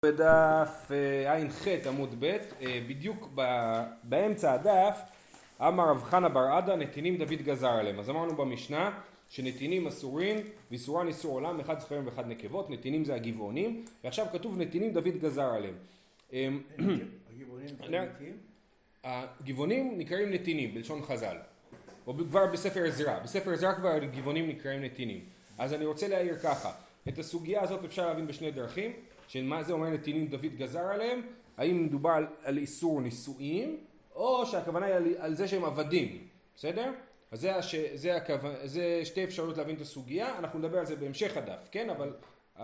בדף ע"ח עמוד ב', בדיוק באמצע הדף אמר רב חנה בר עדה נתינים דוד גזר עליהם. אז אמרנו במשנה שנתינים אסורים ואיסורן איסור עולם, אחד זכרים ואחד נקבות. נתינים זה הגבעונים, ועכשיו כתוב נתינים דוד גזר עליהם. הגבעונים נקראים נתינים בלשון חז"ל, או כבר בספר עזרא. בספר עזרא כבר הגבעונים נקראים נתינים. אז אני רוצה להעיר ככה, את הסוגיה הזאת אפשר להבין בשני דרכים. שמה זה אומר נתינים דוד גזר עליהם? האם מדובר על איסור נישואים, או שהכוונה היא על זה שהם עבדים, בסדר? אז זה שתי אפשרויות להבין את הסוגיה, אנחנו נדבר על זה בהמשך הדף, כן? אבל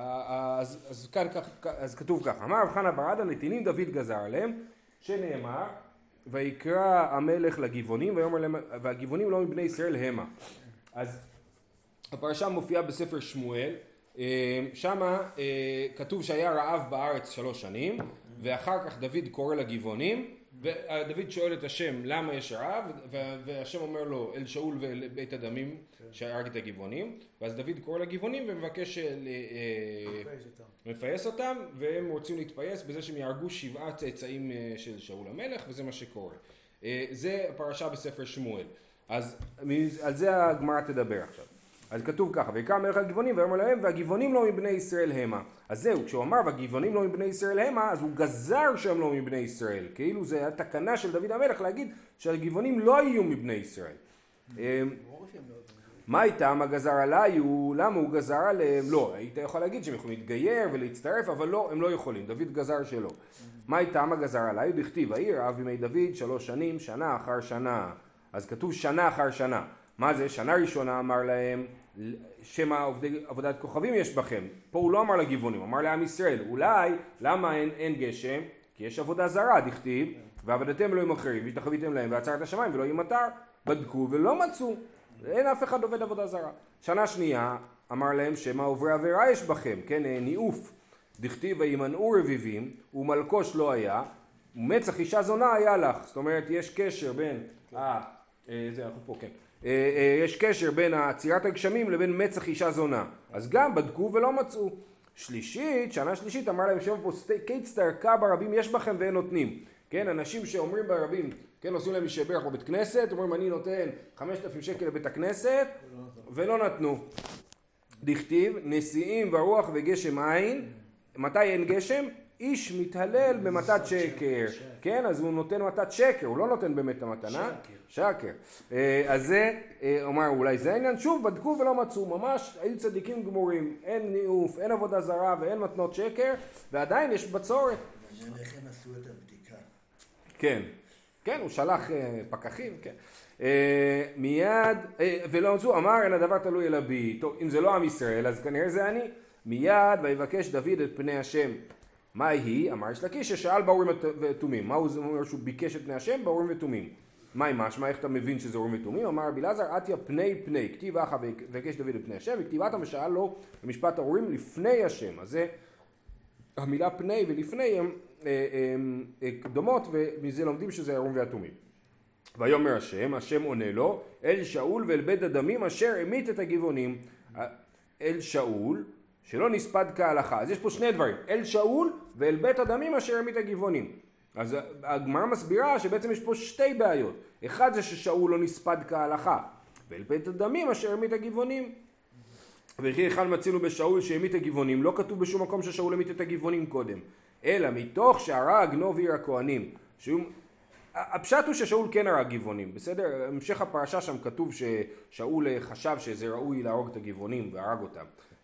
אז כתוב ככה, אמר רב חנה בר עדה נתינים דוד גזר עליהם, שנאמר ויקרא המלך לגבעונים והגבעונים לא מבני ישראל המה. אז הפרשה מופיעה בספר שמואל, שמה כתוב שהיה רעב בארץ 3 שנים, ואחר כך דוד קורא לגבעונים, ודוד שואל את השם למה יש רעב, והשם אומר לו אל שאול ובית הדמים שהרג את הגבעונים, ואז דוד קורא לגבעונים ומבקש מפייס אותם, והם רוצים להתפייס בזה שהם יהרגו 7 צאצאים של שאול המלך, וזה מה שקורה. זה הפרשה בספר שמואל. אז על זה הגמרא תדבר עכשיו. אז כתוב ככה, ויקרא המלך לגבעונים ואומר להם והגבעונים לא מבני ישראל המה. אז זהו, כשהוא אמר והגבעונים לא מבני ישראל המה, אז הוא גזר שהם לא מבני ישראל. כאילו זה התקנה של דוד המלך להגיד שהגבעונים לא יהיו מבני ישראל. מה איתם הגזר עליי? למה הוא גזר עליהם? לא, היית יכול להגיד שהם יכולים להתגייר ולהצטרף, אבל לא, הם לא יכולים. דוד גזר שלא. מה איתם הגזר עליי? דכתיב העיר רעב ימי דוד 3 שנים, שנה אחר שנה. אז כתוב שנה אחר שנה. מה זה? שנה ראשונה אמר להם שמה עבודת כוכבים יש בכם. פה הוא לא אמר לגבעונים, הוא אמר לעם ישראל. אולי למה אין גשם? כי יש עבודה זרה, דכתיב, ועבדתם אלוהים אחרים, והשתחוויתם להם ועצרת השמיים ולא יהיה מטר. בדקו ולא מצאו. אין אף אחד עובד עבודה זרה. שנה שנייה אמר להם שמה עוברי עבירה יש בכם, כן, ניאוף. דכתיב וימנעו רביבים, ומלקוש לא היה, ומצח אישה זונה היה לך. זאת אומרת, יש קשר בין זה אנחנו פה, כן. יש קשר בין עצירת הגשמים לבין מצח אישה זונה. אז גם בדקו ולא מצאו. שנה שלישית אמר להם שם פה קיץ תרקה ברבים יש בכם ואין נותנים. כן, אנשים שאומרים ברבים, כן, עושים להם משבח בבית כנסת, אומרים אני נותן 5,000 שקל לבית הכנסת, ולא נתנו. דכתיב נשיאים ורוח וגשם עין. מתי אין גשם? איש מתהלל במתת שקר. כן, אז הוא נותן מתת שקר, הוא לא נותן באמת המתנה. שקר. אז זה, אומר, אולי זה העניין. שוב, בדקו ולא מצאו, ממש היו צדיקים גמורים. אין ניאוף, אין עבודה זרה ואין מתנות שקר, ועדיין יש בצורת. איך הם עשו את הבדיקה? כן, כן, הוא שלח פקחים, כן. מיד, ולא מצאו, אמר, אין הדבר תלוי אלא בי. טוב, אם זה לא עם ישראל, אז כנראה זה אני. מיד, ויבקש דוד את פני השם. מה היא? אמר יש לקיש ששאל באורים ותומים. מה הוא אומר שהוא ביקש את פני השם? באורים ותומים. מה היא משמע? איך אתה מבין שזה אורים ותומים? אמר רבי אלעזר עטיה פני, כתיב אחא וביקש דוד את פני השם, וכתיב עטה ושאל לו במשפט האורים לפני השם. אז זה המילה פני ולפני הם דומות, ומזה לומדים שזה האורים והתומים. ויאמר השם עונה לו, אל שאול ואל בית הדמים אשר המית את הגבעונים. אל שאול שלא נספד כהלכה. אז יש פה שני דברים, אל שאול ואל בית הדמים אשר המית הגבעונים. אז הגמרא מסבירה שבעצם יש פה 2 בעיות. אחד זה ששאול לא נספד כהלכה, ואל בית הדמים אשר המית הגבעונים. וכי אחד מצינו בשאול שהמית הגבעונים, לא כתוב בשום מקום ששאול המית את הגבעונים קודם, אלא מתוך שהרג נוב עיר הכהנים. הפשט הוא ששאול כן הרג גבעונים, בסדר? המשך הפרשה שם כתוב ששאול חשב שזה ראוי להרוג את הגבעונים והרג אותם.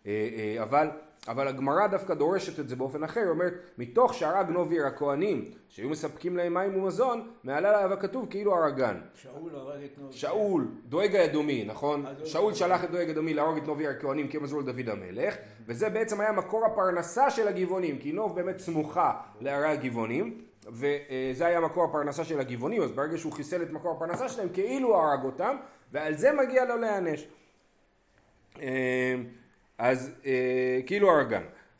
אבל הגמרא דווקא דורשת את זה באופן אחר, היא אומרת, מתוך שהרג נוב עיר הכהנים, שהיו מספקים להם מים ומזון, מעלה עליו הכתוב כאילו הרגן. שאול הרג את נוב. שאול, דואג האדומי, נכון? שאול שלח את דואג האדומי להרוג את נוב עיר הכהנים כמזור לדוד המלך, וזה בעצם היה מקור הפרנסה של הגבעונים, כי נוב באמת סמוכה להרג הגבעונים, וזה היה מקור הפרנסה של הגבעונים, אז ברגע שהוא חיסל את מקור הפרנסה שלהם, כאילו הרג אותם, ועל זה מגיע לו להיענש. אז כאילו הרגן.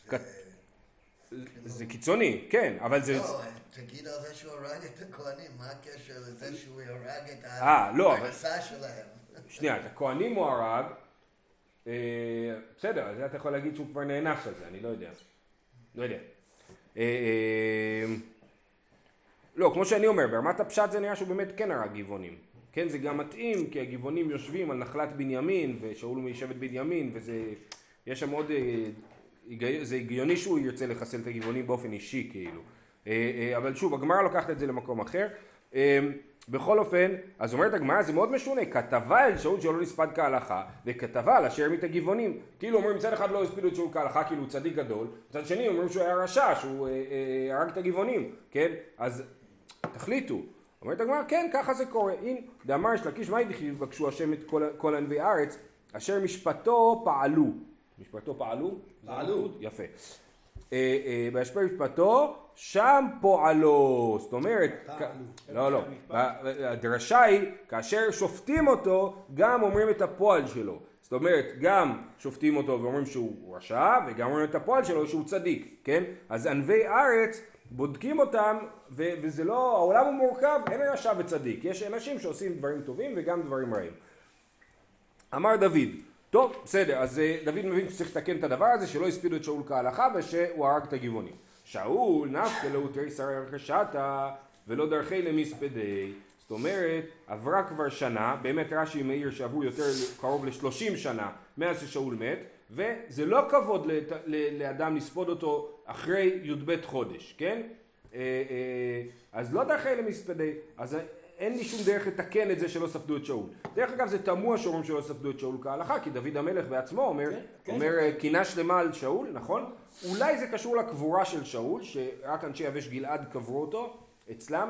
זה קיצוני, כן, אבל זה... לא, תגיד על זה שהוא הרג את הכהנים, מה הקשר לזה שהוא הרג את הפרנסה שלהם? שנייה, את הכהנים הוא הרג, בסדר, אז אתה יכול להגיד שהוא כבר נענש על זה, אני לא יודע. לא, כמו שאני אומר, ברמת הפשט זה נראה שהוא באמת כן הרג גבעונים. כן, זה גם מתאים, כי הגבעונים יושבים על נחלת בנימין, ושאול משבט בנימין, וזה, יש שם עוד, זה הגיוני שהוא ירצה לחסל את הגבעונים באופן אישי, כאילו. אבל שוב, הגמרא לוקחת את זה למקום אחר. בכל אופן, אז אומרת הגמרא, זה מאוד משונה, כתבה אל שאול שלא נספד כהלכה, וכתבה על אשר מת הגבעונים. כאילו אומרים, מצד אחד לא הספידו את שאול כהלכה, כאילו הוא צדיק גדול, מצד שני אומרים שהוא היה רשע, שהוא הרג את הגבעונים, כן? אז תחליטו. אומרת הגמרא, כן, ככה זה קורה. הנה, דאמר יש לקיש, מה ידחיו? בקשו השם את כל ענבי הארץ, אשר משפטו פעלו. משפטו פעלו? פעלו. יפה. בהשפע משפטו, שם פועלו. זאת אומרת, לא, הדרשה היא, כאשר שופטים אותו, גם אומרים את הפועל שלו. זאת אומרת, גם שופטים אותו ואומרים שהוא רשע, וגם אומרים את הפועל שלו שהוא צדיק, כן? אז ענבי הארץ, בודקים אותם, וזה לא, העולם הוא מורכב, אין רשע וצדיק. יש אנשים שעושים דברים טובים וגם דברים רעים. אמר דוד, טוב, בסדר, אז דוד מבין שצריך לתקן את הדבר הזה, שלא הספידו את שאול כהלכה ושהוא הרג את הגבעונים. שאול נפקא לו תרי שרי רכשתה ולא דרכי למספדי. זאת אומרת, עברה כבר שנה, באמת רש"י מעיר שעברו יותר קרוב ל-30 שנה מאז ששאול מת, וזה לא כבוד לאדם לספוד אותו אחרי י"ב חודש, כן? אז לא דרכי למספדי, אז אין לי שום דרך לתקן את זה שלא ספדו את שאול. דרך אגב זה תמוה שאומרים שלא ספדו את שאול כהלכה, כי דוד המלך בעצמו אומר קינה שלמה על שאול, נכון? אולי זה קשור לקבורה של שאול, שרק אנשי יבש גלעד קברו אותו אצלם,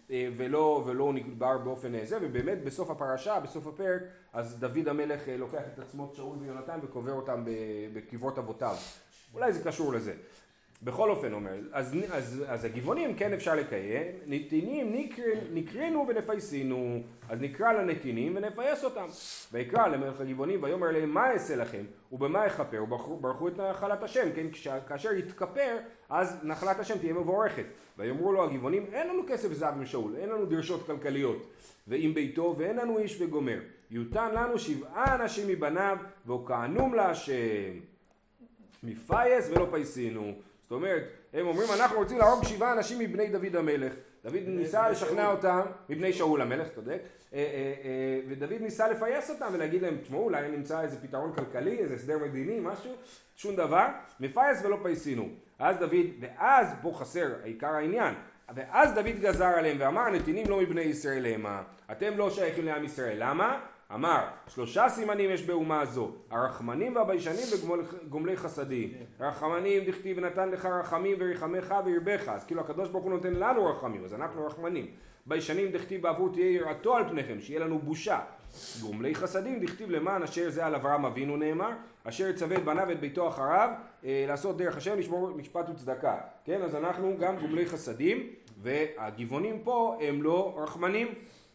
ולא נקבר באופן זה, ובאמת בסוף הפרשה, בסוף הפרק, אז דוד המלך לוקח את עצמות שאול ויונתן וקובר אותם בקברות אבותיו. אולי זה קשור לזה. בכל אופן אומר, אז הגבעונים כן אפשר לקיים, נתינים נקרנו ונפייסינו, אז נקרא לנתינים ונפייס אותם. ויקרא למלך הגבעונים ויאמר להם מה אעשה לכם ובמה יכפר, וברכו את נחלת השם, כן, כאשר יתכפר אז נחלת השם תהיה מבורכת. ויאמרו לו הגבעונים אין לנו כסף זהב עם שאול, אין לנו דרשות כלכליות ועם ביתו ואין לנו איש וגומר, יותן לנו 7 אנשים מבניו והוקענום להשם, מפייס ולא פייסינו. זאת אומרת, הם אומרים אנחנו רוצים להרוג 7 אנשים מבני דוד המלך. דוד ניסה לשכנע אותם, מבני שאול המלך, תודק, ודוד ניסה לפייס אותם ולהגיד להם, תשמעו, אולי נמצא איזה פתרון כלכלי, איזה הסדר מדיני, משהו, שום דבר, מפייס ולא פייסינו. ואז פה חסר עיקר העניין, ואז דוד גזר עליהם ואמר, נתינים לא מבני ישראל המה, אתם לא שייכים לעם ישראל, למה? אמר, 3 סימנים יש באומה הזו, הרחמנים והביישנים וגומלי חסדים. הרחמנים דכתיב ונתן לך רחמים וריחמך וירבך, אז כאילו הקדוש ברוך הוא נותן לנו רחמים, אז אנחנו רחמנים. ביישנים דכתיב בעבור תהיה יראתו על פניכם, שיהיה לנו בושה. גומלי חסדים דכתיב למען אשר זה על אברהם אבינו נאמר, אשר יצווה את בניו ואת ביתו אחריו, לעשות דרך השם לשמור משפט וצדקה. כן, אז אנחנו גם גומלי חסדים, והגבעונים פה הם לא רחמנים.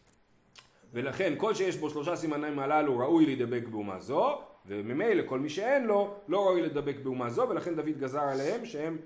ולכן כל שיש בו 3 סימנים הללו ראוי להידבק באומה זו, וממילא כל מי שאין לו לא ראוי להידבק באומה זו, ולכן דוד גזר עליהם שהם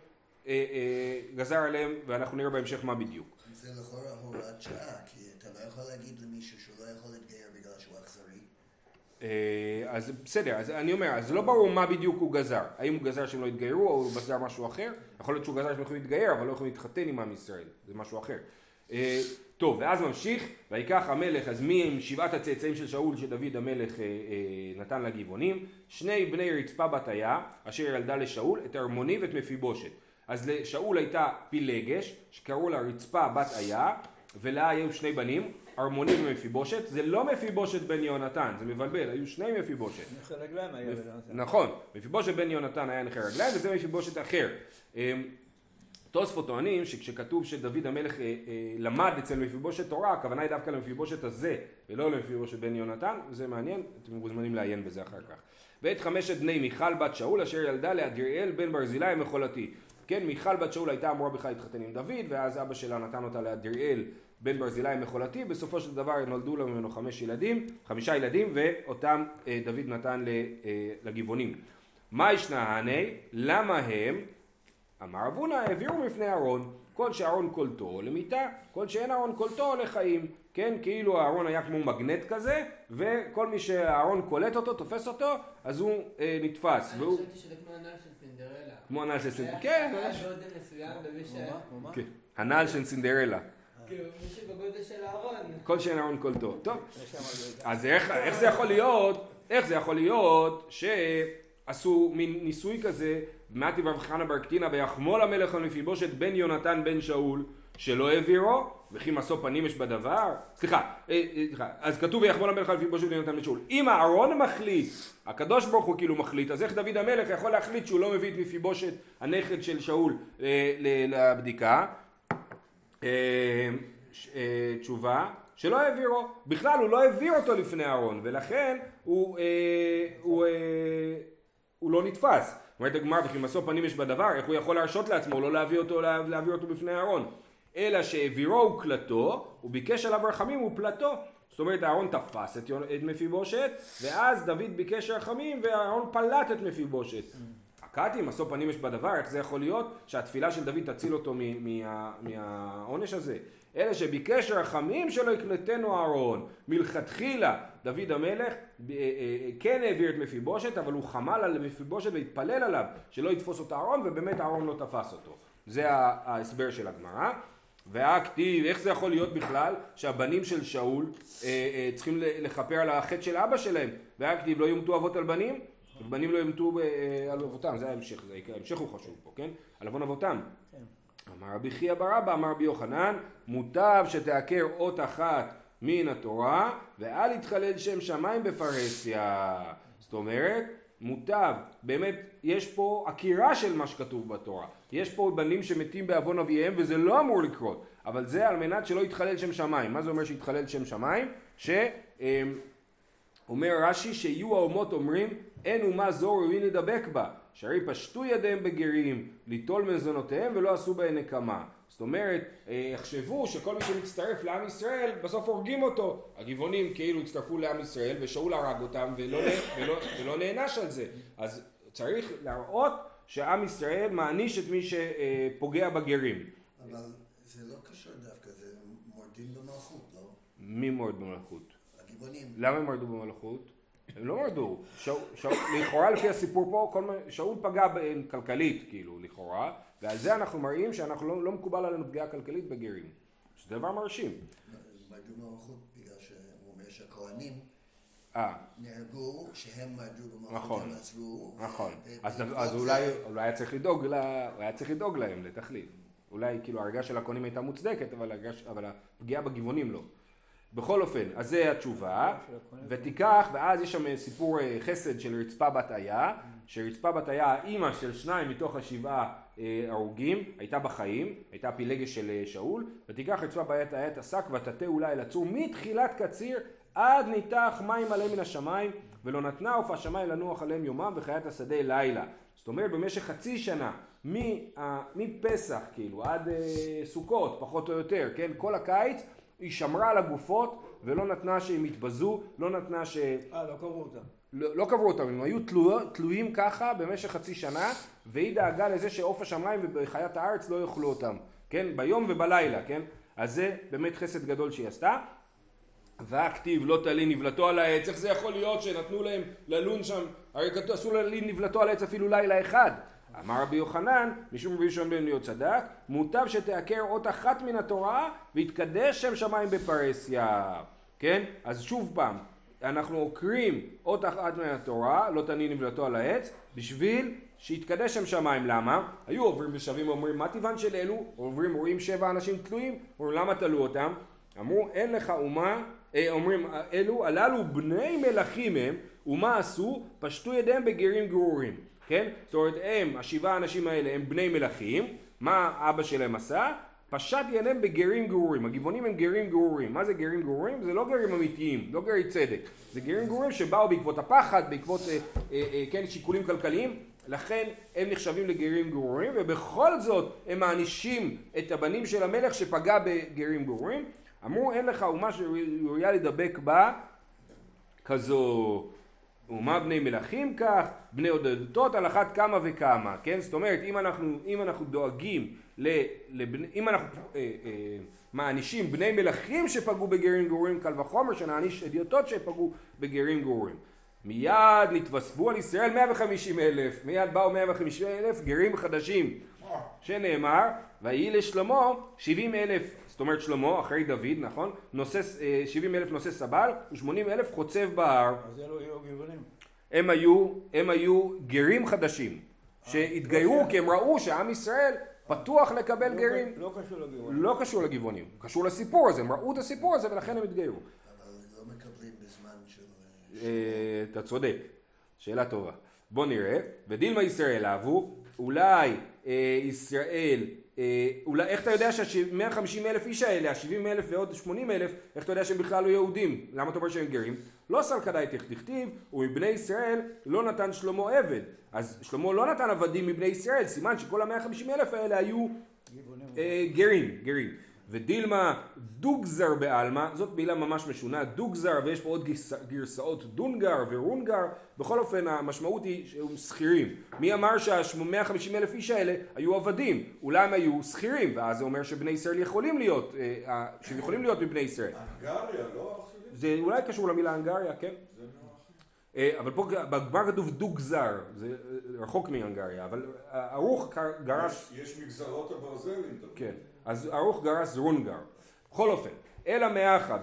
גזר עליהם, ואנחנו נראה בהמשך מה בדיוק. זה לכאורה הוראת שעה, כי אתה לא יכול להגיד למישהו שהוא לא יכול להתגייר בגלל שהוא אכזרי. אז בסדר, אז אני אומר, אז לא ברור מה בדיוק הוא גזר. האם הוא גזר שהם לא יתגיירו או הוא גזר משהו אחר? יכול להיות שהוא גזר שהם יכולים להתגייר, אבל לא יכולים להתחתן עם עם ישראל, זה משהו אחר. טוב, ואז ממשיך, ויקח המלך, אז מי הם 7 הצאצאים של שאול שדוד המלך נתן לגבעונים? 2 בני רצפה בת איה, אשר ילדה לשאול, את הרמוני ואת מפיבושת. אז לשאול הייתה פילגש, שקראו לה רצפה בת איה, ולה היו 2 בנים, הרמוני ומפיבושת. זה לא מפיבושת בן יונתן, זה מבלבל, היו 2 מפיבושת. נכה רגליים היה בן יונתן. נכון, מפיבושת בן יונתן היה נכה רגליים, וזה מפיבושת אחר. תוספות טוענים שכשכתוב שדוד המלך למד אצל מפיבושת תורה, הכוונה היא דווקא למפיבושת הזה ולא למפיבושת בן יונתן, זה מעניין, אתם מוזמנים לעיין בזה אחר כך. ואת 5 בני מיכל בת שאול אשר ילדה לאדריאל בן ברזילי המחולתי. כן, מיכל בת שאול הייתה אמורה בכלל להתחתן עם דוד, ואז אבא שלה נתן אותה לאדריאל בן ברזילי המחולתי, בסופו של דבר נולדו ממנו 5 ילדים, ואותם דוד נתן לגבעונים. מה ישנה הני? למה הם? אמר אבונה, העבירו מפני אהרון, כל שאהרון קולטו למיטה, כל שאין אהרון קולטו לחיים. כן, כאילו אהרון היה כמו מגנט כזה, וכל מי שאהרון קולט אותו, תופס אותו, אז הוא נתפס. אני חושבתי שזה כמו הנעל של סינדרלה. כמו הנעל של סינדרלה. כן, היה גודל מסוים למי ש... כן, הנעל של סינדרלה. כאילו, מי שבגודל של הארון. כל שאין ארון כל טוב. טוב, אז איך זה יכול להיות שעשו מין ניסוי כזה, מעטי ורחנה ברקטינה ויחמול המלך על מפיבושת בן יונתן בן שאול, שלא העבירו, וכי משוא פנים יש בדבר. סליחה, אז כתוב ויחמול המלך על מפיבושת בן יונתן בן שאול. אם הארון מחליט, הקדוש ברוך הוא כאילו מחליט, אז איך דוד המלך יכול להחליט שהוא לא מביא את מפיבושת הנכד של שאול לבדיקה? תשובה שלא העבירו, בכלל הוא לא העביר אותו לפני הארון, ולכן הוא לא נתפס. אומרת הגמרא, וכי משוא פנים יש בדבר, איך הוא יכול להרשות לעצמו לא להביא אותו בפני הארון? אלא שהעבירו וקלטו, הוא ביקש עליו רחמים ופלטו. זאת אומרת הארון תפס את מפיבושת, ואז דוד ביקש רחמים והארון פלט את מפיבושת. הקאתי, משוא פנים יש בדבר, איך זה יכול להיות שהתפילה של דוד תציל אותו מהעונש הזה? אלא שביקש רחמים שלא יקלטנו הארון. מלכתחילה דוד המלך כן העביר את מפיבושת, אבל הוא חמל על מפיבושת והתפלל עליו שלא יתפוס אותו הארון, ובאמת הארון לא תפס אותו. זה ההסבר של הגמרא. והכתיב, איך זה יכול להיות בכלל שהבנים של שאול צריכים לכפר על החטא של אבא שלהם? והכתיב לא יומתו אבות על בנים? בנים לא ימתו על אבותם, זה ההמשך, ההמשך הוא חשוב פה, כן? על אבון אבותם. אמר רבי חייא בר אבא, אמר רבי יוחנן, מוטב שתעקר אות אחת מן התורה, ואל יתחלל שם שמיים בפרהסיה. זאת אומרת, מוטב, באמת יש פה עקירה של מה שכתוב בתורה. יש פה בנים שמתים בעוון אביהם, וזה לא אמור לקרות, אבל זה על מנת שלא יתחלל שם שמיים. מה זה אומר שיתחלל שם שמיים? אומר רש"י שיהיו האומות אומרים אין אומה זו ראוי לדבק בה, שהרי פשטו ידיהם בגרים ליטול מזונותיהם ולא עשו בהן נקמה. זאת אומרת, יחשבו שכל מי שמצטרף לעם ישראל בסוף הורגים אותו. הגבעונים כאילו הצטרפו לעם ישראל ושאול הרג אותם ולא נענש על זה. אז צריך להראות שעם ישראל מעניש את מי שפוגע בגרים. אבל זה לא קשור דווקא, זה מורדים במלכות, לא? מי מורד במלכות? הגבעונים. למה הם מרדו במלכות? הם לא מרדו. לכאורה לפי הסיפור פה, שאול פגע בהם כלכלית, כאילו, לכאורה, ועל זה אנחנו מראים שאנחנו לא מקובל עלינו פגיעה כלכלית בגרים. שזה דבר מרשים. מרדו במלכות בגלל שהוא אומר שהכהנים נהרגו, שהם מרדו במלכות, הם עצרו. נכון. אז אולי היה צריך לדאוג להם לתחליף. אולי כאילו ההרגה של הכהנים הייתה מוצדקת, אבל הפגיעה בגבעונים לא. בכל אופן, אז זה התשובה, ותיקח, ואז יש שם סיפור חסד של רצפה בת איה, שרצפה בת איה, האימא של 2 מתוך 7 הרוגים, הייתה בחיים, הייתה פילגש של שאול, ותיקח רצפה בת איה את השק ותתה אולי לצור מתחילת קציר עד ניתח מים עליהם מן השמיים, ולא נתנה עוף השמיים לנוח עליהם יומם וחיית השדה לילה. זאת אומרת, במשך חצי שנה, מפסח כאילו עד סוכות, פחות או יותר, כן, כל הקיץ, היא שמרה על הגופות ולא נתנה שהם יתבזו, לא נתנה לא קברו אותם. לא קברו אותם, הם היו תלויים ככה במשך חצי שנה, והיא דאגה לזה שעוף השמיים ובחיית הארץ לא יאכלו אותם, כן? ביום ובלילה, כן? אז זה באמת חסד גדול שהיא עשתה. והכתיב לא תלין נבלתו על העץ, איך זה יכול להיות שנתנו להם ללון שם, הרי אסור ללין נבלתו על העץ אפילו לילה אחד. אמר רבי יוחנן, משום רבי יהושע בן לוי צדק, מוטב שתעקר אות אחת מן התורה והתקדש שם שמיים בפרהסיה. כן? אז שוב פעם, אנחנו עוקרים אות אחת מן התורה, לא תלין נבלתו על העץ, בשביל שיתקדש שם שמיים. למה? היו עוברים ושבים ואומרים, מה טבען של אלו? עוברים, רואים 7 אנשים תלויים, אומרים, למה תלו אותם? אמרו, אין לך אומה, אומרים, אלו, הללו בני מלכים הם, ומה עשו? פשטו ידיהם בגרים גרורים. כן? זאת אומרת, ה7 האנשים האלה הם בני מלכים, מה אבא שלהם עשה? פשט ידיהם בגרים גרורים. הגבעונים הם גרים גרורים. מה זה גרים גרורים? זה לא גרים אמיתיים, לא גרי צדק. זה גרים גרורים שבאו בעקבות הפחד, בעקבות כן, שיקולים כלכליים, לכן הם נחשבים לגרים גרורים, ובכל זאת הם מענישים את הבנים של המלך שפגע בגרים גרורים. אמרו, אין לך אומה שראויה לדבק בה כזו. ומה בני מלכים כך, בני עודדות על אחת כמה וכמה, כן? זאת אומרת, אם אנחנו דואגים, אם אנחנו מענישים בני מלכים שפגעו בגרים גרורים, קל וחומר שנעניש אדיוטות שפגעו בגרים גרורים. מיד נתווספו על ישראל 150,000, מיד באו 150,000 גרים חדשים, שנאמר, ויהי לשלמה 70,000, זאת אומרת שלמה אחרי דוד, נכון? 70,000 נושא סבל ו80,000 חוצב בהר. אז זה לא היו גבעונים. הם היו גרים חדשים שהתגיירו כי הם ראו שעם ישראל פתוח לקבל גרים. לא קשור לגבעונים. לא קשור לגבעונים, קשור לסיפור הזה, הם ראו את הסיפור הזה ולכן הם התגיירו. אבל לא מקבלים בזמן של... אתה צודק, שאלה טובה. בוא נראה, ודילמה ישראל אהבו, אולי ישראל, אולי, איך אתה יודע שה-150,000 איש האלה, ה-70,000 ועוד 80,000, איך אתה יודע שהם בכלל לא יהודים? למה אתה אומר שהם גרים? לא סלקדאי תכתיב, ומבני ישראל לא נתן שלמה עבד. אז שלמה לא נתן עבדים מבני ישראל, סימן שכל ה-150,000 האלה היו גרים. ודילמה דוגזר בעלמה, זאת מילה ממש משונה, דוגזר, ויש פה עוד גרסאות דונגר ורונגר, בכל אופן המשמעות היא שהם שכירים. מי אמר שה-150,000 איש האלה היו עבדים? אולי הם היו שכירים, ואז זה אומר שבני ישראל יכולים להיות מבני ישראל. אנגריה, לא? זה אולי קשור למילה אנגריה, כן? אבל פה בגמר כתוב דוגזר, זה רחוק מאנגריה, אבל ערוך גרס... יש מגזרות הברזלים. כן. אז ערוך גרס רונגר. בכל אופן, אלא מאחד,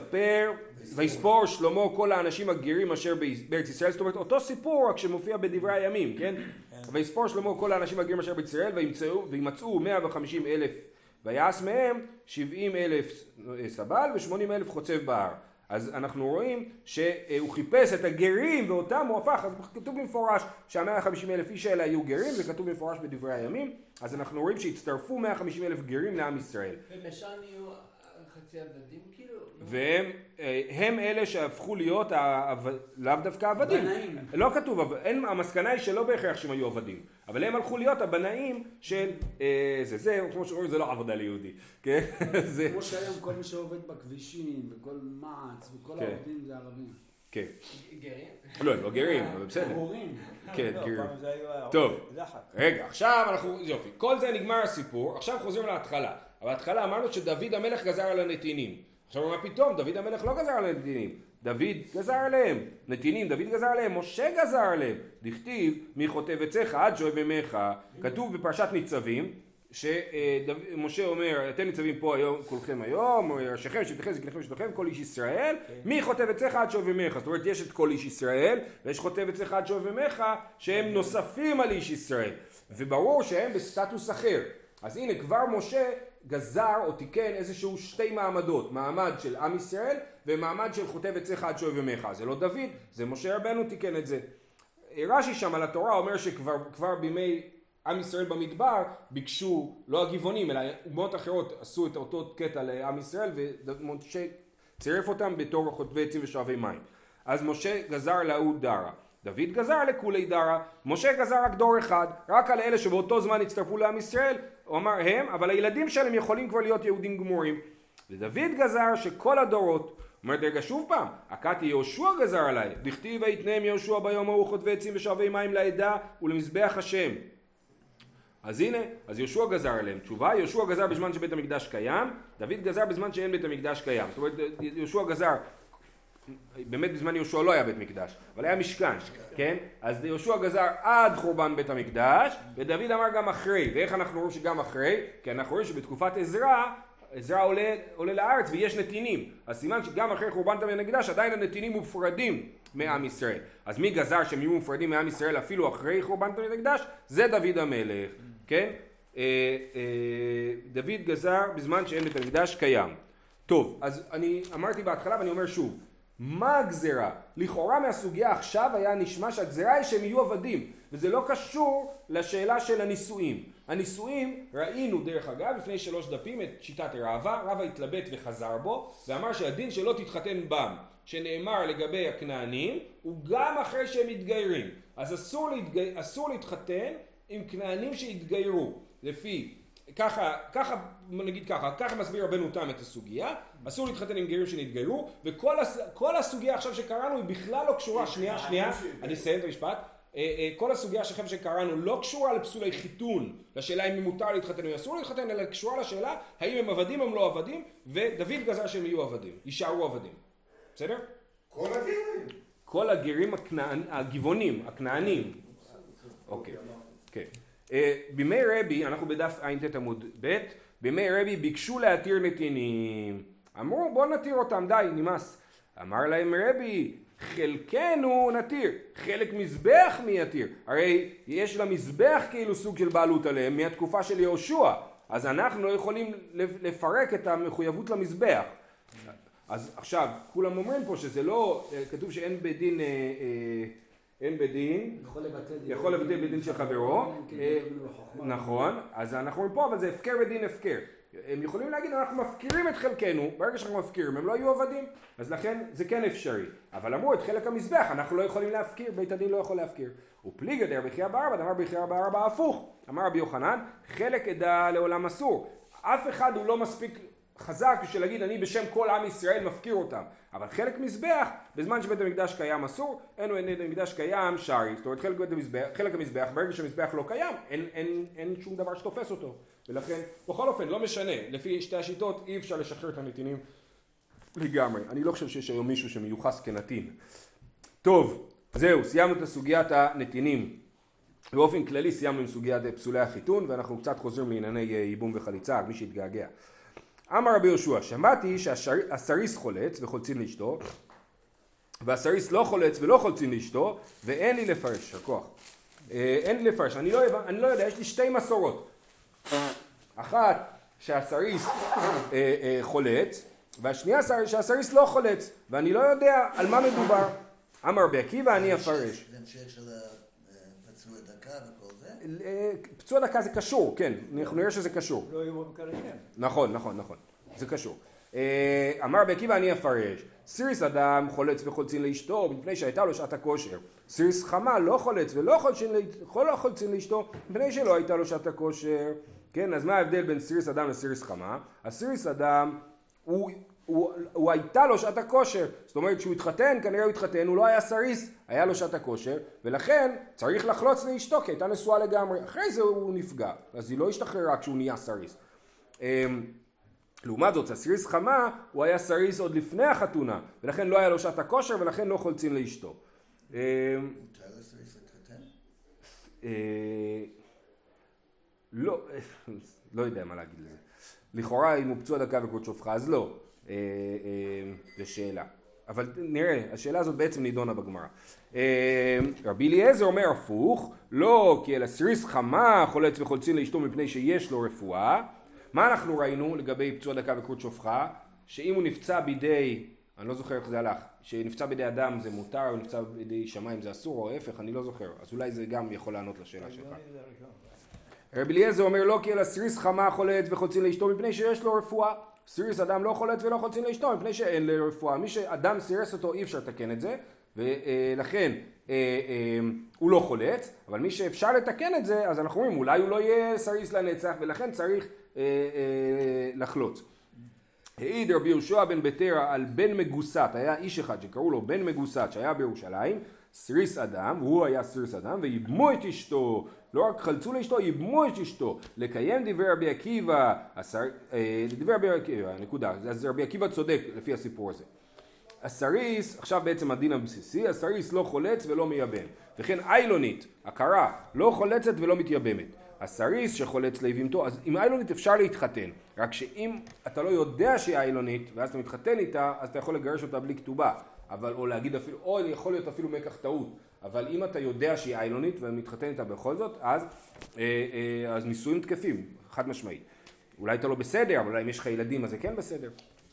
ויספור שלמה כל האנשים הגרים אשר בארץ ישראל, זאת אומרת אותו סיפור רק שמופיע בדברי הימים, כן? ויספור שלמה כל האנשים הגרים אשר בארץ ישראל וימצאו 150,000 ויעש מהם 70,000 סבל ו80,000 חוצב בהר. אז אנחנו רואים שהוא חיפש את הגרים ואותם הוא הפך, אז כתוב במפורש שה-150,000 איש האלה היו גרים, זה כתוב במפורש בדברי הימים, אז אנחנו רואים שהצטרפו 150,000 גרים לעם ישראל. ומשם יהיו חצי עבדים כאילו? והם אלה שהפכו להיות לאו דווקא עבדים. בנאים. לא כתוב, המסקנה היא שלא בהכרח שהם היו עבדים, אבל הם הלכו להיות הבנאים של זה, כמו שאומרים, זה לא עבודה ליהודי. כמו שהיום כל מי שעובד בכבישים וכל מעץ וכל העובדים זה ערבים. כן. גרים? לא, לא גרים, אבל בסדר. גורים. כן, גרים. טוב. טוב, רגע, עכשיו אנחנו, יופי, כל זה נגמר הסיפור, עכשיו חוזרים להתחלה. אבל בהתחלה אמרנו שדוד המלך גזר על הנתינים. עכשיו מה פתאום, דוד המלך לא גזר על הנתינים. דוד גזר עליהם. נתינים, דוד גזר עליהם, משה גזר עליהם. דכתיב, מי חוטב עציך עד שואב ימיך. כתוב בפרשת ניצבים, שמשה אומר, אתם ניצבים פה היום, כולכם היום, ראשיכם, שבטיכם, זקניכם ושלכם, כל איש ישראל, מי חוטב עציך עד שואב ימיך. זאת אומרת, יש את כל איש ישראל, ויש חוטב עציך עד שואב ימיך, שהם נוספים על איש ישראל. וברור שהם בסטטוס אחר. אז הנה, כבר משה גזר או תיקן איזשהו שתי מעמדות, מעמד של עם ישראל ומעמד של חוטב עציך עד שואב ימיך. זה לא דוד, זה משה רבנו תיקן את זה. רש"י שם על התורה אומר שכבר בימי עם ישראל במדבר ביקשו, לא הגבעונים אלא אומות אחרות עשו את אותו קטע לעם ישראל ומשה צירף אותם בתור חוטבי עצים ושואבי מים. אז משה גזר להוא דרה. דוד גזר לכולי דרה, משה גזר רק דור אחד, רק על אלה שבאותו זמן הצטרפו לעם ישראל, הוא אמר הם, אבל הילדים שלהם יכולים כבר להיות יהודים גמורים. ודוד גזר שכל הדורות, אומר רגע שוב פעם, הכתי יהושע גזר עליי, דכתיב ויתנם יהושע ביום ההוא חוטבי עצים ושואבי מים לעדה ולמזבח השם. אז הנה, אז יהושע גזר עליהם. תשובה, יהושע גזר בזמן שבית המקדש קיים, דוד גזר בזמן שאין בית המקדש קיים. זאת אומרת, יהושע גזר באמת בזמן יהושע לא היה בית מקדש, אבל היה משכן, כן? אז יהושע גזר עד חורבן בית המקדש, ודוד אמר גם אחרי. ואיך אנחנו רואים שגם אחרי? כי אנחנו רואים שבתקופת עזרא עולה לארץ ויש נתינים. אז סימן שגם אחרי חורבן בית המקדש עדיין הנתינים מופרדים מעם ישראל. אז מי גזר שהם יהיו מופרדים מעם ישראל אפילו אחרי חורבן בית המקדש? זה דוד המלך, כן? דוד גזר בזמן שאין בית המקדש קיים. טוב, אז אני אמרתי בהתחלה ואני אומר שוב, מה הגזרה? לכאורה מהסוגיה עכשיו היה נשמע שהגזרה היא שהם יהיו עבדים, וזה לא קשור לשאלה של הנישואים. הנישואים ראינו דרך אגב לפני 3 דפים את שיטת רבא, רבא התלבט וחזר בו, ואמר שהדין שלא תתחתן בם, שנאמר לגבי הכנענים, הוא גם אחרי שהם מתגיירים. אז אסור להתחתן עם כנענים שהתגיירו, לפי ככה נגיד ככה מסביר רבנו תם את הסוגיה, אסור להתחתן עם גרים שנתגיירו, וכל הסוגיה עכשיו שקראנו היא בכלל לא קשורה, שנייה, אני אסיים את המשפט, כל הסוגיה שלכם שקראנו לא קשורה לפסולי חיתון, לשאלה אם מותר להתחתן או אסור להתחתן, אלא קשורה לשאלה האם הם עבדים או לא עבדים, ודוד גזר שהם יהיו עבדים, יישארו עבדים, בסדר? כל הגרים. כל הגרים הגבעונים, הכנענים. אוקיי, כן. בימי רבי, אנחנו בדף ע"ט עמוד ב', בימי רבי ביקשו להתיר נתינים. אמרו בוא נתיר אותם, די, נמאס. אמר להם רבי, חלקנו נתיר, חלק מזבח מי יתיר? הרי יש למזבח כאילו סוג של בעלות עליהם מהתקופה של יהושע, אז אנחנו לא יכולים לפרק את המחויבות למזבח. אז עכשיו, כולם אומרים פה שזה לא, כתוב שאין בדין, אין בדין, יכול לבטל בדין של חברו, נכון, אז אנחנו אומרים פה, אבל זה הפקר בדין הפקר. הם יכולים להגיד, אנחנו מפקירים את חלקנו, ברגע שאנחנו מפקירים, הם לא יהיו עבדים, אז לכן זה כן אפשרי. אבל אמרו, את חלק המזבח, אנחנו לא יכולים להפקיר, בית הדין לא יכול להפקיר. ופליגא דרבי חייא בר אבא, אמר רבי חייא בר אבא הפוך, אמר רבי יוחנן, חלק עדה לעולם אסור. אף אחד הוא לא מספיק חזק בשביל להגיד, אני בשם כל עם ישראל מפקיר אותם. אבל חלק מזבח, בזמן שבית המקדש קיים אסור, אינו בית המקדש קיים שרי. זאת אומרת, חלק המזבח, ברגע שהמזבח לא קיים, אין שום דבר שתופס אותו. ולכן, בכל אופן, לא משנה, לפי שתי השיטות אי אפשר לשחרר את הנתינים לגמרי. אני לא חושב שיש היום מישהו שמיוחס כנתין. טוב, זהו, סיימנו את הסוגיית הנתינים. באופן כללי סיימנו עם סוגיית פסולי החיתון, ואנחנו קצת חוזרים לענייני ייבום וחליצה, מי שהתגעגע. אמר רבי יהושע, שמעתי שהסריס חולץ וחולצין לאשתו, והסריס לא חולץ ולא חולצין לאשתו, ואין לי לפרש, הכוח. אין לי לפרש, אני לא יודע, יש לי שתי מסורות. אחת שהסריס חולץ, והשנייה שהסריס לא חולץ, ואני לא יודע על מה מדובר. אמר רבי עקיבא, אני אפרש. זה המשך של פצוע דקה וכל זה? פצוע דקה זה קשור, כן, אנחנו נראה שזה קשור. לא יהיו במקרשים. נכון, זה קשור. אמר רבי עקיבא, אני אפרש. סריס אדם חולץ וחולצין לאשתו, מפני שהייתה לו שעת הכושר. סריס חמה לא חולץ ולא חולצין לאשתו, מפני שלא הייתה לו שעת הכושר. כן, אז מה ההבדל בין סריס אדם לסריס חמה? הסריס אדם הוא הייתה לו שעת הכושר, זאת אומרת שהוא התחתן, כנראה הוא התחתן, הוא לא היה סריס, היה לו שעת הכושר, ולכן צריך לחלוץ לאשתו, כי הייתה נשואה לגמרי, אחרי זה הוא נפגע, אז היא לא השתחרר רק שהוא נהיה סריס. לעומת זאת, הסריס חמה, הוא היה סריס עוד לפני החתונה, ולכן לא היה לו שעת הכושר, ולכן לא חולצין לאשתו. מותר לסריס להתחתן? לא יודע מה להגיד לזה. לכאורה אם הוא פצוע דקה וקרות שופחה, אז לא. זה שאלה. אבל נראה, השאלה הזאת בעצם נידונה בגמרא. רבי אליעזר אומר הפוך, לא כי אלא סריס חמה חולץ וחולצין לאשתו מפני שיש לו רפואה. מה אנחנו ראינו לגבי פצוע דקה וקרות שופחה? שאם הוא נפצע בידי, אני לא זוכר איך זה הלך, שנפצע בידי אדם זה מותר, או נפצע בידי שמיים זה אסור, או ההפך, אני לא זוכר. אז אולי זה גם יכול לענות לשאלה שלך. רבי אליעזר אומר לא כי אלא סריס חמה חולץ וחולצין לאשתו מפני שיש לו רפואה. סריס אדם לא חולץ ולא חולצין לאשתו מפני שאין לו רפואה. מי שאדם סירס אותו אי אפשר לתקן את זה, ולכן הוא לא חולץ, אבל מי שאפשר לתקן את זה, אז אנחנו אומרים אולי הוא לא יהיה סריס לנצח, ולכן צריך לחלוץ. העיד רבי יהושע בן בתרא על בן מגוסת, היה איש אחד שקראו לו בן מגוסת שהיה בירושלים, סריס אדם, הוא היה סריס אדם, ויבמו את אשתו, לא רק חלצו לאשתו, יבמו את אשתו, לקיים דברי רבי עקיבא, דברי רבי עקיבא, נקודה, אז רבי עקיבא צודק לפי הסיפור הזה. הסריס, עכשיו בעצם הדין הבסיסי, הסריס לא חולץ ולא מייבם, וכן איילונית, הכרה, לא חולצת ולא מתייבמת. הסריס שחולץ ליבימתו, אז עם איילונית אפשר להתחתן, רק שאם אתה לא יודע שהיא איילונית, ואז אתה מתחתן איתה, אז אתה יכול לגרש אותה בלי כתובה, אבל, או להגיד אפילו, או יכול להיות אפילו מקח טעות, אבל אם אתה יודע שהיא איילונית ומתחתן איתה בכל זאת, אז נישואים תקפים, חד משמעית. אולי אתה לא בסדר, אבל אולי אם יש לך ילדים אז זה כן בסדר.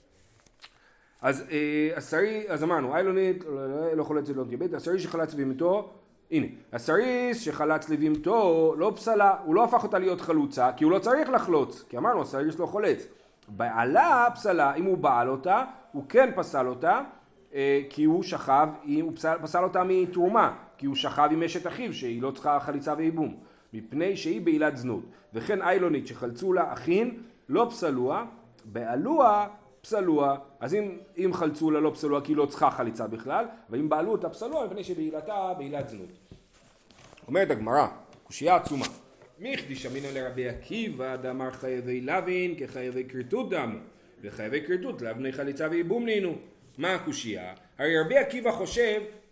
אז אמרנו, איילונית לא חולצת לא מתייבמת, הסריס שחלץ ליבימתו, הנה, הסריס שחלץ לבימתו לא פסלה, הוא לא הפך אותה להיות חלוצה, כי הוא לא צריך לחלוץ, כי אמרנו, הסריס לא חולץ. בעלה פסלה, אם הוא בעל אותה, הוא כן פסל אותה, כי הוא שכב, הוא פסל אותה מתרומה, כי הוא שכב עם אשת אחיו, שהיא לא צריכה חליצה וייבום, מפני שהיא בעילת זנות. וכן איילונית שחלצו לה אחין, לא פסלוה, בעלוה פסלוה, אז אם חלצו לה לא פסלוה כי היא לא צריכה חליצה בכלל, ואם בעלו אותה פסלוה מפני שבעילתה בעילת זנות. אומרת הגמרא, קושייה עצומה. מי חדיש אמינא לרבי עקיבא דאמר חייבי לוין כחייבי כריתות דמו, וחייבי כריתות לאבני חליצה וייבום נינו. מה הקושייה? הרי רבי עקיבא חושב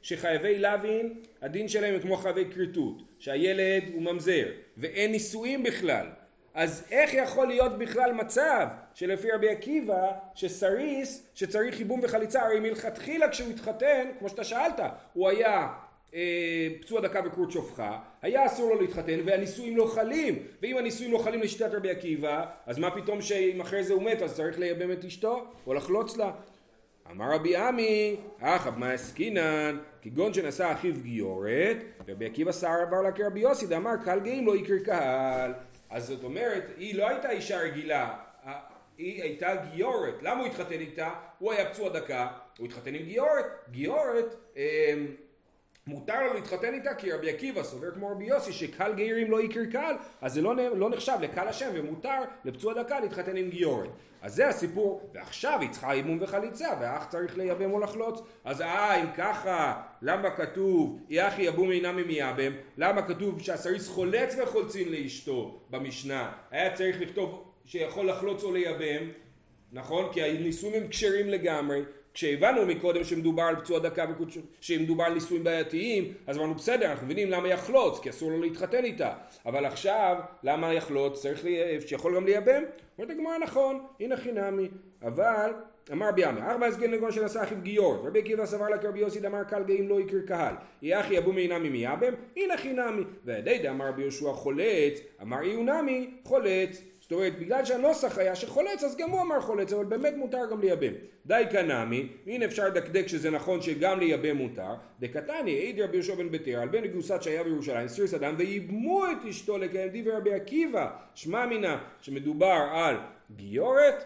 שחייבי לוין, הדין שלהם הוא כמו חייבי כריתות, שהילד הוא ממזר, ואין נישואים בכלל. אז איך יכול להיות בכלל מצב שלפי רבי עקיבא שסריס שצריך ייבום וחליצה, הרי מלכתחילה כשהוא התחתן, כמו שאתה שאלת, הוא היה פצוע דקה וכרות שופחה, היה אסור לו להתחתן והנישואים לא חלים, ואם הנישואים לא חלים לשיטת רבי עקיבא, אז מה פתאום שאם אחרי זה הוא מת אז צריך לייבם את אשתו או לחלוץ לה? אמר רבי עמי, אחאב מה עסקינן, כגון שנשא אחיו גיורת, ורבי עקיבא סער עבר לה כרבי יוסי, דאמר קהל גאים לא יקר קהל. אז זאת אומרת, היא לא הייתה אישה רגילה, היא הייתה גיורת. למה הוא התחתן איתה? הוא היה פצוע דקה, הוא התחתן עם גיורת. גיורת, מותר לו להתחתן איתה כי רבי עקיבא סובר כמו רבי יוסי שקהל גאים לא יקר קהל, אז זה לא נחשב לקהל השם ומותר לפצוע דקה להתחתן עם גיורת. אז זה הסיפור, ועכשיו היא צריכה ייבום וחליצה, והאח צריך לייבם או לחלוץ. אז אם ככה, למה כתוב, יחי ייבום אינם ממייבם? למה כתוב שהסריס חולץ וחולצין לאשתו במשנה? היה צריך לכתוב שיכול לחלוץ או לייבם, נכון? כי הנישואים הם כשרים לגמרי. כשהבנו מקודם שמדובר על פצוע דקה שמדובר על נישואים בעייתיים, אז אמרנו בסדר, אנחנו מבינים למה יחלוץ, כי אסור לו להתחתן איתה. אבל עכשיו, למה יחלוץ? צריך שיכול גם לייבם? אומרת הגמרא נכון, הנה חינמי. אבל, אמר ביאמי, ארבע הסגן לגון שנשא אחיו גיורת, רבי עקיבא סבר לה כרבי יוסי דאמר קהל גאים לא יקר קהל, יחי ייבום אינם ממייבם, הנה חינמי. ועדי דאמר רבי יהושע חולץ, אמר אינמי חולץ. זאת אומרת, בגלל שהנוסח היה שחולץ, אז גם הוא אמר חולץ, אבל באמת מותר גם לייבם. די קנמי, הנה אפשר לדקדק שזה נכון שגם לייבם מותר. דקתני, העיד רבי יהושע בן בתיה, על בן גרוסת שהיה בירושלים, סריס אדם, וייבמו את אשתו לקיים דיבר רבי עקיבא, שמע מינה, שמדובר על גיורת,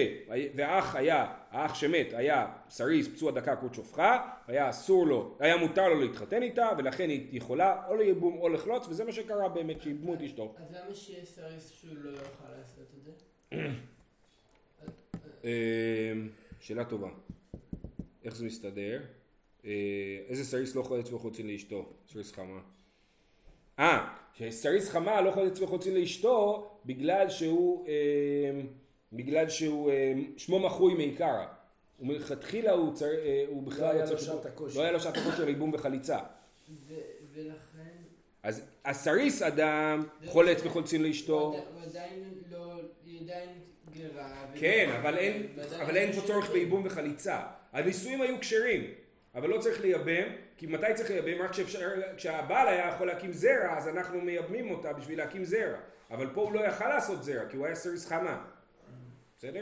האח שמת היה סריס פצוע דקה כרות שופחה, היה מותר לו להתחתן איתה, ולכן היא יכולה או לייבום או לחלוץ, וזה מה שקרה באמת, שייבמו את אשתו. אז למה שיהיה סריס שהוא לא יוכל לעשות את זה? שאלה טובה. איך זה מסתדר? איזה סריס לא חולץ וחולצין לאשתו? סריס חמה. שסריס חמה לא חולץ וחולצין לאשתו בגלל שהוא שמו מחוי מעיקרא. ומלכתחילה הוא בכלל לא היה לו שעת הכושר לייבום וחליצה. ולכן... אז הסריס אדם חולץ וחולצין לאשתו. הוא עדיין גרה. כן, אבל אין פה צורך בייבום וחליצה. הנישואים היו כשרים, אבל לא צריך לייבם, כי מתי צריך לייבם? רק כשהבעל היה יכול להקים זרע, אז אנחנו מייבמים אותה בשביל להקים זרע. אבל פה הוא לא יכל לעשות זרע, כי הוא היה סריס חמה. בסדר?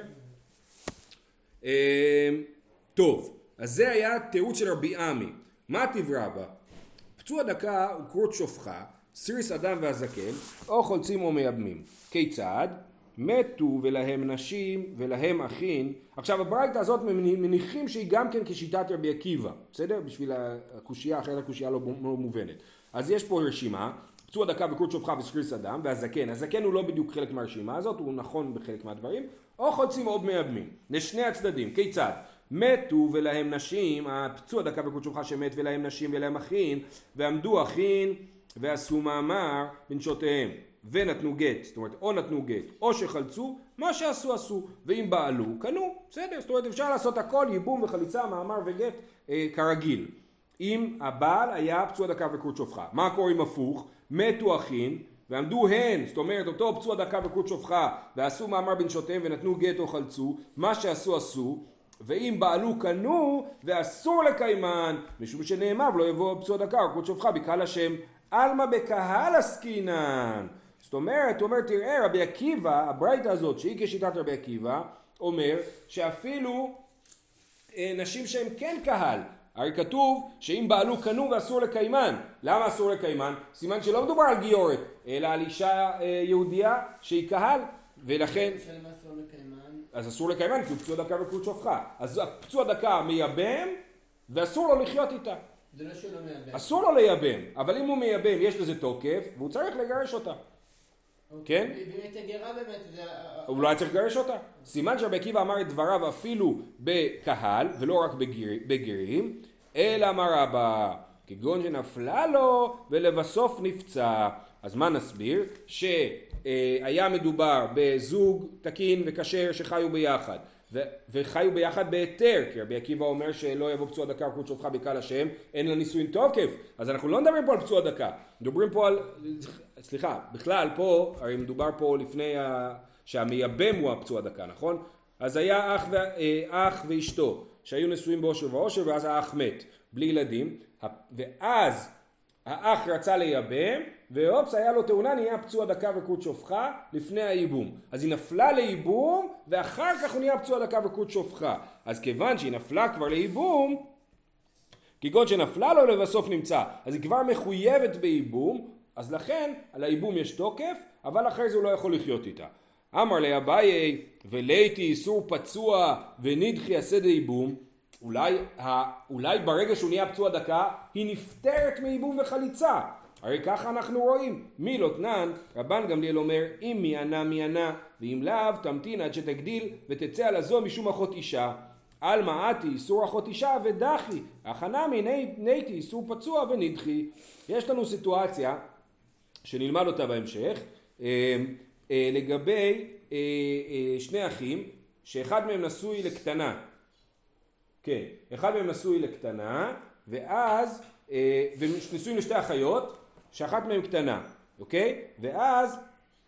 טוב, אז זה היה תירוץ של רבי עמי. מה תברא בה? פצוע דקה הוא כרות שופחה, סריס אדם והזקן, או חולצים או מייבמים. כיצד? מתו ולהם נשים ולהם אחים. עכשיו הברייתא הזאת מניחים שהיא גם כן כשיטת רבי עקיבא, בסדר? בשביל הקושייה, אחרת הקושייה לא מובנת. אז יש פה רשימה, פצוע דקה וכרות שופחה וסריס אדם, והזקן. הזקן הוא לא בדיוק חלק מהרשימה הזאת, הוא נכון בחלק מהדברים, או חולצים או מייבמים, לשני הצדדים. כיצד? מתו ולהם נשים, הפצוע דקה וכרות שופחה שמת ולהם נשים ולהם אחים, ועמדו אחים ועשו מאמר בנשותיהם. ונתנו גט, זאת אומרת או נתנו גט או שחלצו, מה שעשו עשו, ואם בעלו קנו, בסדר, זאת אומרת אפשר לעשות הכל, ייבום וחליצה, מאמר וגט כרגיל. אם הבעל היה פצוע דקה וכרות שופחה, מה קורה אם הפוך? מתו אחים ועמדו הן, זאת אומרת אותו פצוע דקה וכרות שופחה, ועשו מאמר בנשותיהם ונתנו גט או חלצו, מה שעשו עשו, ואם בעלו קנו ואסור לקיימן, משום שנאמר לא יבוא פצוע דקה או כרות שופחה בקהל השם, אלמה בקהל עסקינן. זאת אומרת, תראה רבי עקיבא, הברייתא הזאת שהיא כשיטת רבי עקיבא, אומר שאפילו נשים שהם כן קהל, הרי כתוב שאם בעלו קנו ואסור לקיימן. למה אסור לקיימן? סימן שלא מדובר על גיורת, אלא על אישה יהודייה שהיא קהל, ולכן... שלמה אסור לקיימן? אז אסור לקיימן כי הוא פצוע דקה וכרות שופחה. אז הפצוע דקה מייבם ואסור לו לחיות איתה. זה לא שהוא לא מייבם. אסור לו לייבם, אבל אם הוא מייבם יש לזה תוקף והוא צריך לגרש אותה. כן? ואם הייתה גרה באמת... הוא לא היה צריך לגרש אותה. סימן שרבי עקיבא אמר את דבריו אפילו בקהל ולא רק בגרים, אלא אמר רבא, כגון שנפלה לו ולבסוף נפצע. אז מה נסביר? היה מדובר בזוג תקין וכשר שחיו ביחד, וחיו ביחד בהיתר, כי רבי עקיבא אומר שלא יבוא פצוע דקה וקרות שופחה בקהל השם, אין לה נישואין תוקף, אז אנחנו לא מדברים פה על פצוע דקה, מדברים פה על, סליחה, בכלל פה, הרי מדובר פה לפני שהמייבם הוא הפצוע דקה, נכון? אז היה אח ואשתו, שהיו נשואים באושר ואושר, ואז האח מת, בלי ילדים, ואז האח רצה לייבם, ואופס, היה לו תאונה, נהיה פצוע דקה וקרות שופחה לפני הייבום. אז היא נפלה לייבום, ואחר כך הוא נהיה פצוע דקה וקרות שופחה. אז כיוון שהיא נפלה כבר לייבום, כגון שנפלה לו לבסוף נמצא, אז היא כבר מחויבת בייבום, אז לכן על הייבום יש תוקף, אבל אחרי זה הוא לא יכול לחיות איתה. אמר לי אביי, וליתי איסור פצוע ונדחי הסד ייבום, אולי ברגע שהוא נהיה פצוע דקה, היא נפטרת מייבום וחליצה. הרי ככה אנחנו רואים, מי לא תנן, רבן גמליאל אומר, אם מיענה מיענה, ואם לאו תמתין עד שתגדיל ותצא על הזו משום אחות אישה. על מעתי איסור אחות אישה ודחי, החנמי ניתי איסור פצוע ונדחי. יש לנו סיטואציה, שנלמד אותה בהמשך, לגבי שני אחים, שאחד מהם נשוי לקטנה. כן, אחד מהם נשוי לקטנה, ואז, ונשואים לשתי אחיות, שאחת מהם קטנה, אוקיי? ואז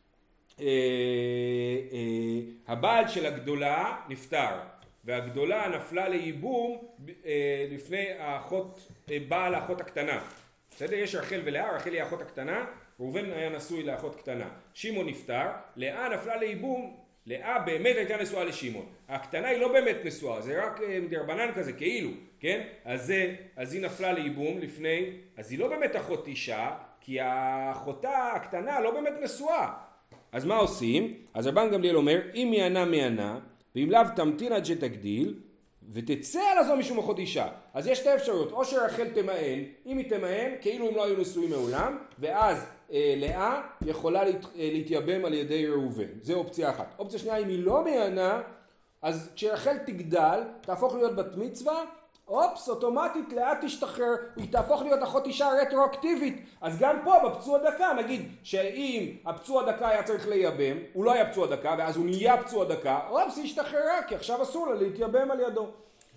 הבעל של הגדולה נפטר, והגדולה נפלה לייבום לפני בעל האחות הקטנה. בסדר? יש רחל ולאה, רחל היא האחות הקטנה, ראובן היה נשוי לאחות קטנה. שמעון נפטר, לאה נפלה לייבום, לאה באמת הייתה נשואה לשמעון. הקטנה היא לא באמת נשואה, זה רק מדרבנן כזה, כאילו, כן? אז היא נפלה לייבום לפני, אז היא לא באמת אחות אישה, כי האחותה הקטנה לא באמת נשואה. אז מה עושים? אז רבן גמליאל אומר, אם מיענה מיענה, ואם לאו תמתין עד שתגדיל, ותצא על הזו משום אחות אישה. אז יש שתי אפשרויות, או שרחל תמאן, אם היא תמאן, כאילו הם לא היו נשואים מעולם, ואז לאה יכולה להתייבם על ידי ראובן. זה אופציה אחת. אופציה שנייה, אם היא לא מיענה, אז כשרחל תגדל, תהפוך להיות בת מצווה, אופס, אוטומטית לאה תשתחרר, היא תהפוך להיות אחות אישה רטרואקטיבית. אז גם פה בפצוע דקה, נגיד שאם הפצוע דקה היה צריך לייבם, הוא לא היה פצוע דקה, ואז הוא נהיה פצוע דקה, אופס, היא השתחררה, כי עכשיו אסור לה להתייבם על ידו.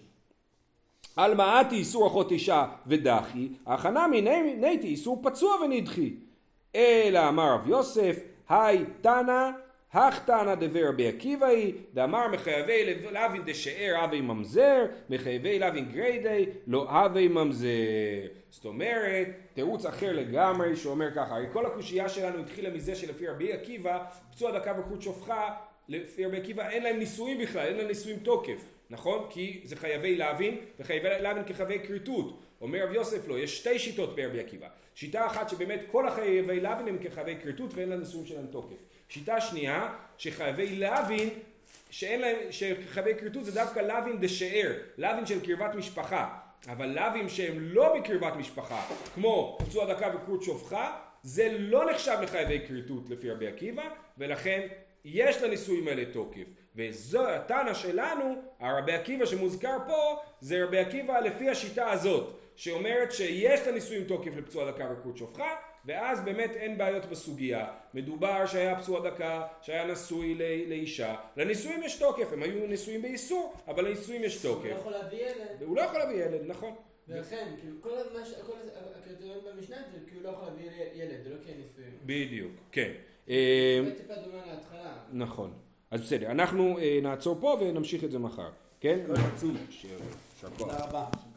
על מעתי איסור אחות אישה ודחי, החנמי ניתי איסור פצוע ונדחי. אלא אמר רב יוסף, היי תנא, הך תנא דבר רבי עקיבא היא, דאמר מחייבי לאווין דשאר הווי ממזר, מחייבי לאווין גריידי לא הווי ממזר. זאת אומרת, תירוץ אחר לגמרי שאומר ככה, הרי כל הקושייה שלנו התחילה מזה שלפי רבי עקיבא, פצוע דקה וקרות שופחה, לפי רבי עקיבא אין להם נישואים בכלל, אין להם נישואים תוקף, נכון? כי זה חייבי להבין, וחייבי להבין כחייבי כריתות. אומר רב יוסף לא, יש שתי שיטות ברבי עקיבא. שיטה אחת שבאמת כל החייבי להבין הם כחייבי כריתות ואין להם נישואים שלהם תוקף. שיטה שנייה, שחייבי להבין, שחייבי כריתות זה דווקא להבין דשאר, להבין של קרבת משפחה. אבל להבין שהם לא בקרבת משפחה, כמו פצוע דקה וקרות שופחה, זה לא נחשב לחייבי כריתות לפי רבי עקיבא, ולכן יש לנישואים האלה תוקף. וזו התנא שלנו, הרבי עקיבא שמוזכר פה, זה רבי עקיבא לפי השיטה הזאת, שאומרת שיש לנישואים תוקף לפצוע דקה וקרות שופחה, ואז באמת אין בעיות בסוגיה. מדובר שהיה פצוע דקה, שהיה נשוי לאישה. לנישואים יש תוקף, הם היו נשואים באיסור, אבל לנישואים יש תוקף. הוא לא יכול להביא ילד. הוא לא יכול להביא ילד, נכון. ולכן, כאילו, כל הקריטריון במשנה זה כאילו לא יכול להביא ילד, זה לא כי נישואים. בדיוק, כן. זה טיפה דומה להתחלה. נכון. אז בסדר, אנחנו נעצור פה ונמשיך את זה מחר. כן? לא יצאו. תודה רבה.